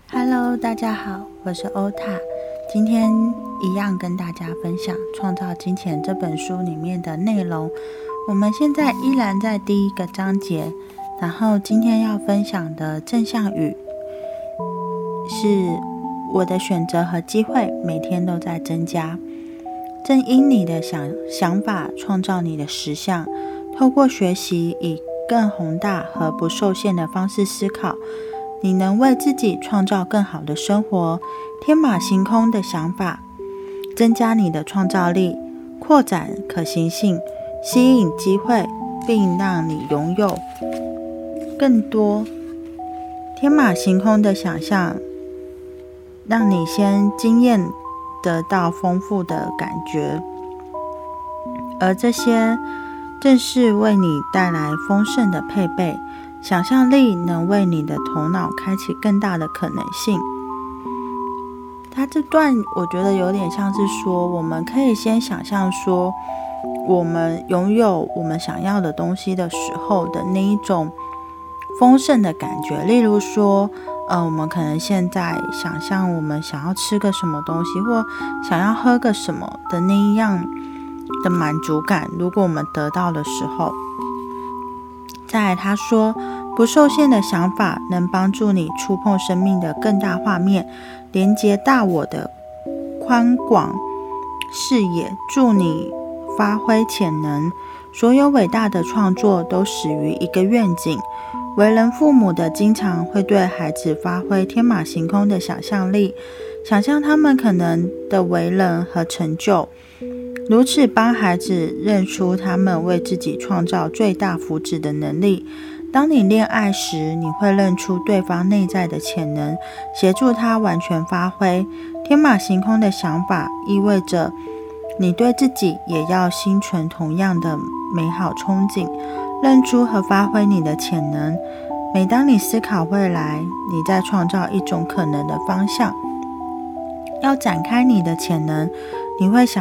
Hello， 大家好，我是欧塔。今天一样跟大家分享《创造金钱》这本书里面的内容。我们现在依然在第一个章节，然后今天要分享的正向语是：我的选择和机会每天都在增加。正因你的想法创造你的实相。透过学习以更宏大和不受限的方式思考，你能为自己创造更好的生活。天马行空的想法增加你的创造力，扩展可行性，吸引机会，并让你拥有更多。天马行空的想象让你先经验得到丰富的感觉，而这些正是为你带来丰盛的配备。想象力能为你的头脑开启更大的可能性。他这段我觉得有点像是说，我们可以先想象说，我们拥有我们想要的东西的时候的那一种丰盛的感觉。例如说我们可能现在想象我们想要吃个什么东西，或想要喝个什么的那一样的满足感，如果我们得到的时候。再来他说，不受限的想法能帮助你触碰生命的更大画面，连接大我的宽广视野，助你发挥潜能。所有伟大的创作都始于一个愿景。为人父母的经常会对孩子发挥天马行空的想象力，想象他们可能的为人和成就，如此帮孩子认出他们为自己创造最大福祉的能力。当你恋爱时，你会认出对方内在的潜能，协助他完全发挥。天马行空的想法意味着你对自己也要心存同样的美好憧憬，认出和发挥你的潜能。每当你思考未来，你在创造一种可能的方向。要展开你的潜能，你会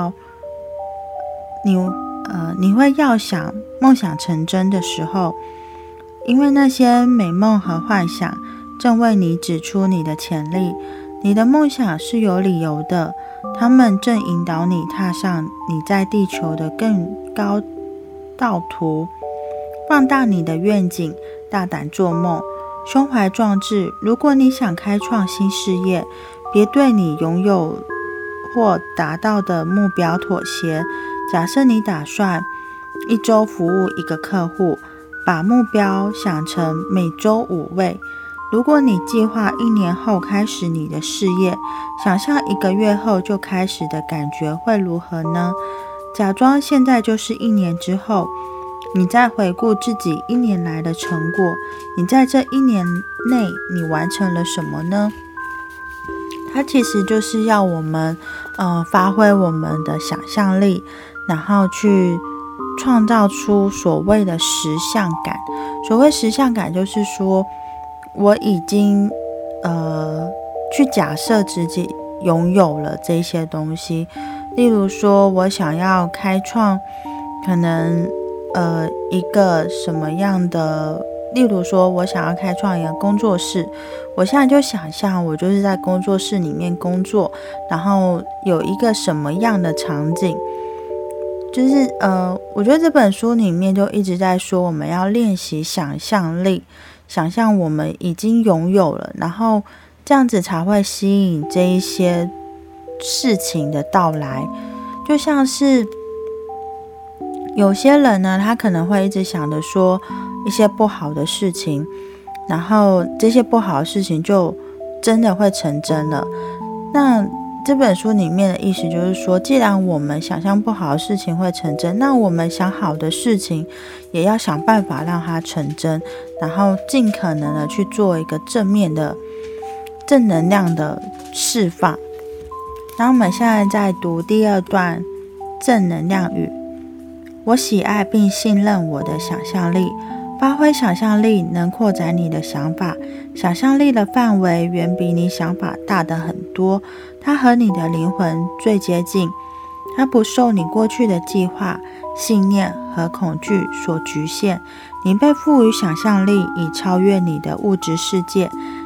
要想梦想成真的时候，因为那些美梦和幻想正为你指出你的潜力。你的梦想是有理由的，它们正引导你踏上你在地球的更高道途。放大你的愿景，大胆做梦，胸怀壮志。如果你想开创新事业，别对你拥有或达到的目标妥协。假设你打算一周服务一个客户，把目标想成每周5位。如果你计划1年后开始你的事业，想象1个月后就开始的感觉会如何呢？假装现在就是1年之后，你再回顾自己1年来的成果，你在这1年内你完成了什么呢？它其实就是要我们发挥我们的想象力，然后去创造出所谓的实相感。所谓实相感就是说，我已经去假设自己拥有了这些东西。例如说我想要开创可能一个什么样的，例如说我想要开创一个工作室，我现在就想象我就是在工作室里面工作，然后有一个什么样的场景。就是我觉得这本书里面就一直在说，我们要练习想象力，想象我们已经拥有了，然后这样子才会吸引这一些事情的到来。就像是有些人呢，他可能会一直想着说一些不好的事情，然后这些不好的事情就真的会成真了。那这本书里面的意思就是说，既然我们想象不好的事情会成真，那我们想好的事情也要想办法让它成真，然后尽可能的去做一个正面的正能量的释放。然后我们现在在读第2段正能量语。我喜爱并信任我的想象力。发挥想象力能扩展你的想法，想象力的范围远比你想法大得很多，它和你的灵魂最接近，它不受你过去的计划、信念和恐惧所局限。你被赋予想象力以超越你的物质世界，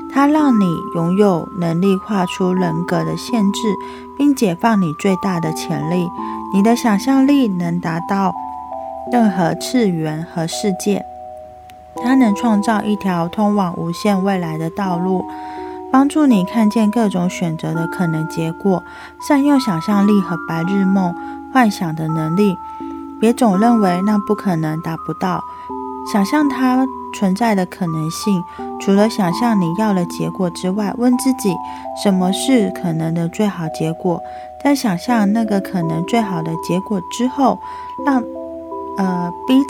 它让你拥有能力画出人格的限制，并解放你最大的潜力。你的想象力能达到任何次元和世界，它能创造一条通往无限未来的道路，帮助你看见各种选择的可能结果。善用想象力和白日梦幻想的能力，别总认为那不可能达不到，想象它存在的可能性。除了想象你要的结果之外，问自己什么是可能的最好结果。在想象那个可能最好的结果之后，逼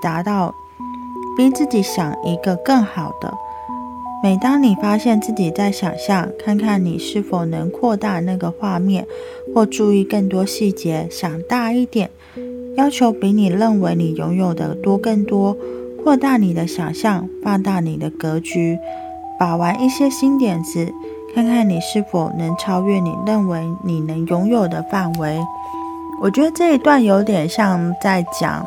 自己想一个更好的。每当你发现自己在想象，看看你是否能扩大那个画面，或注意更多细节，想大一点，要求比你认为你拥有的多更多，扩大你的想象，放大你的格局，把玩一些新点子，看看你是否能超越你认为你能拥有的范围。我觉得这一段有点像在讲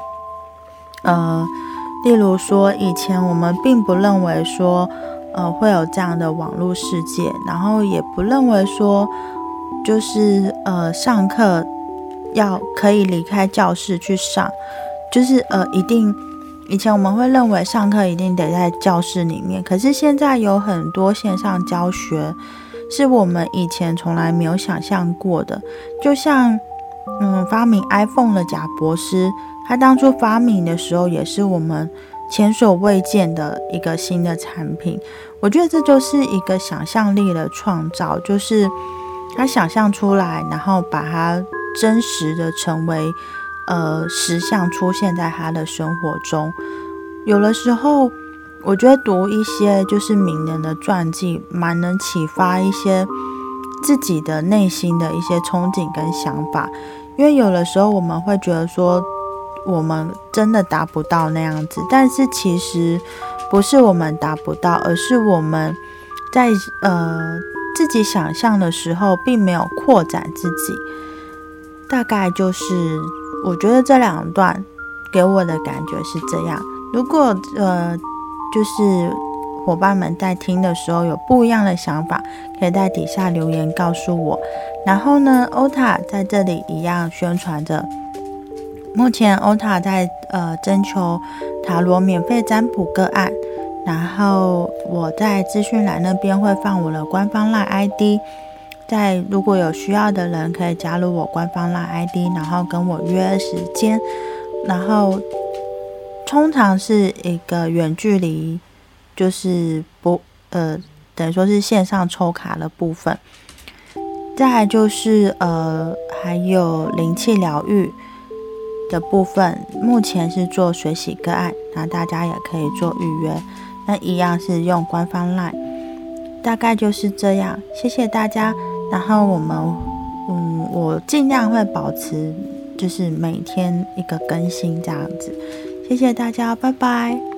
例如说以前我们并不认为说会有这样的网络世界，然后也不认为说就是上课可以离开教室去上，就是以前我们会认为上课一定得在教室里面，可是现在有很多线上教学是我们以前从来没有想象过的。就像发明 iPhone 的贾博士，他当初发明的时候也是我们前所未见的一个新的产品。我觉得这就是一个想象力的创造，就是他想象出来，然后把它真实的成为实相出现在他的生活中。有的时候我觉得读一些就是名人的传记，蛮能启发一些自己的内心的一些憧憬跟想法。因为有的时候我们会觉得说我们真的达不到那样子，但是其实不是我们达不到，而是我们在自己想象的时候并没有扩展自己。大概就是我觉得这两段给我的感觉是这样。如果就是伙伴们在听的时候有不一样的想法，可以在底下留言告诉我。然后呢，OTA 在这里一样宣传着，目前 OTA 在征求塔罗免费占卜个案，然后我在资讯栏那边会放我的官方 LINE ID， 如果有需要的人可以加入我官方 LINE ID， 然后跟我约时间，然后通常是一个远距离，就是等于说是线上抽卡的部分。再来就是还有灵气疗愈的部分，目前是做水洗个案，那大家也可以做预约，那一样是用官方 LINE。 大概就是这样，谢谢大家。然后我尽量会保持就是每天一个更新这样子，谢谢大家，拜拜。